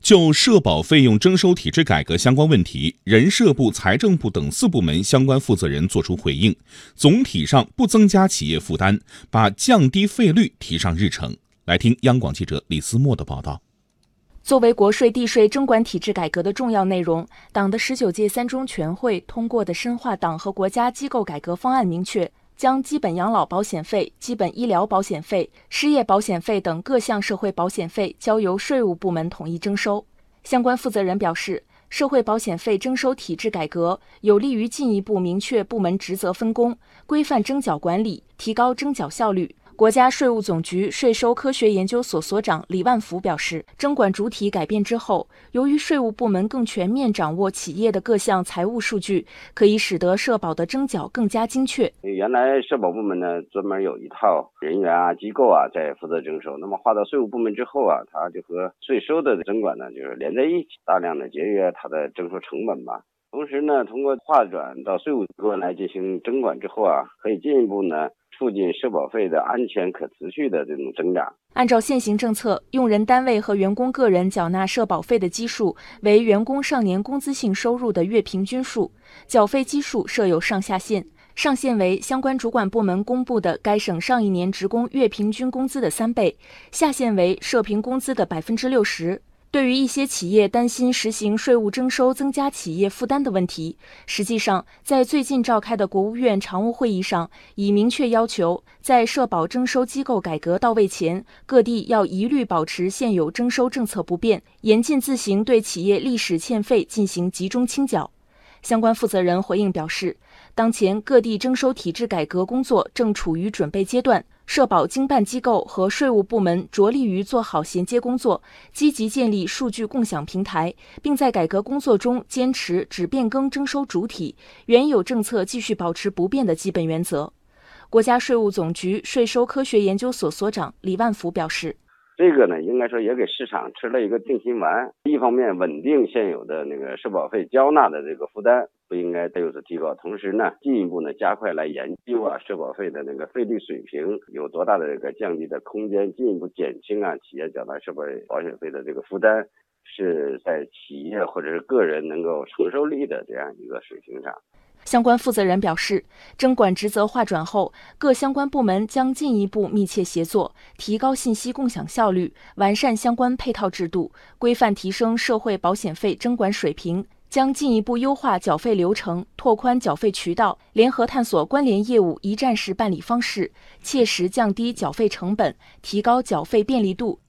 就社保费用征收体制改革相关问题，人社部、财政部等4部门相关负责人作出回应，总体上不增加企业负担，把降低费率提上日程。来听央广记者李思墨的报道。 作为国税地税征管体制改革的重要内容，党的19届3中全会通过的深化党和国家机构改革方案明确，将基本养老保险费、基本医疗保险费、失业保险费等各项社会保险费交由税务部门统一征收。相关负责人表示，社会保险费征收体制改革有利于进一步明确部门职责分工，规范征缴管理，提高征缴效率。国家税务总局税收科学研究所所长李万福表示，征管主体改变之后，由于税务部门更全面掌握企业的各项财务数据，可以使得社保的征缴更加精确。 原来社保部门呢，专门有一套人员啊、机构啊在负责征收，那么划到税务部门之后啊，它就和税收的征管呢就是连在一起，大量的节约它的征收成本吧。同时呢，通过划转到税务机关来进行征管之后啊，可以进一步呢促进社保费的安全可持续的这种增长。 按照现行政策，用人单位和员工个人缴纳社保费的基数为员工上年工资性收入的月平均数，缴费基数设有上下限，上限为相关主管部门公布的该省上一年职工月平均工资的3倍，下限为社平工资的60%。对于一些企业担心实行税务征收增加企业负担的问题，实际上，在最近召开的国务院常务会议上，已明确要求，在社保征收机构改革到位前，各地要一律保持现有征收政策不变，严禁自行对企业历史欠费进行集中清缴。相关负责人回应表示，当前各地征收体制改革工作正处于准备阶段，社保经办机构和税务部门着力于做好衔接工作，积极建立数据共享平台，并在改革工作中坚持只变更征收主体，原有政策继续保持不变的基本原则。国家税务总局税收科学研究所所长李万福表示， 这个呢，应该说也给市场吃了一个定心丸。一方面稳定现有的那个社保费交纳的这个负担，不应该再有所提高。同时呢，进一步呢加快来研究啊社保费的那个费率水平有多大的这个降低的空间，进一步减轻啊企业缴纳社保保险费的这个负担，是在企业或者是个人能够承受力的这样一个水平上。 相关负责人表示，征管职责划转后，各相关部门将进一步密切协作，提高信息共享效率，完善相关配套制度，规范提升社会保险费征管水平，将进一步优化缴费流程，拓宽缴费渠道，联合探索关联业务一站式办理方式，切实降低缴费成本，提高缴费便利度，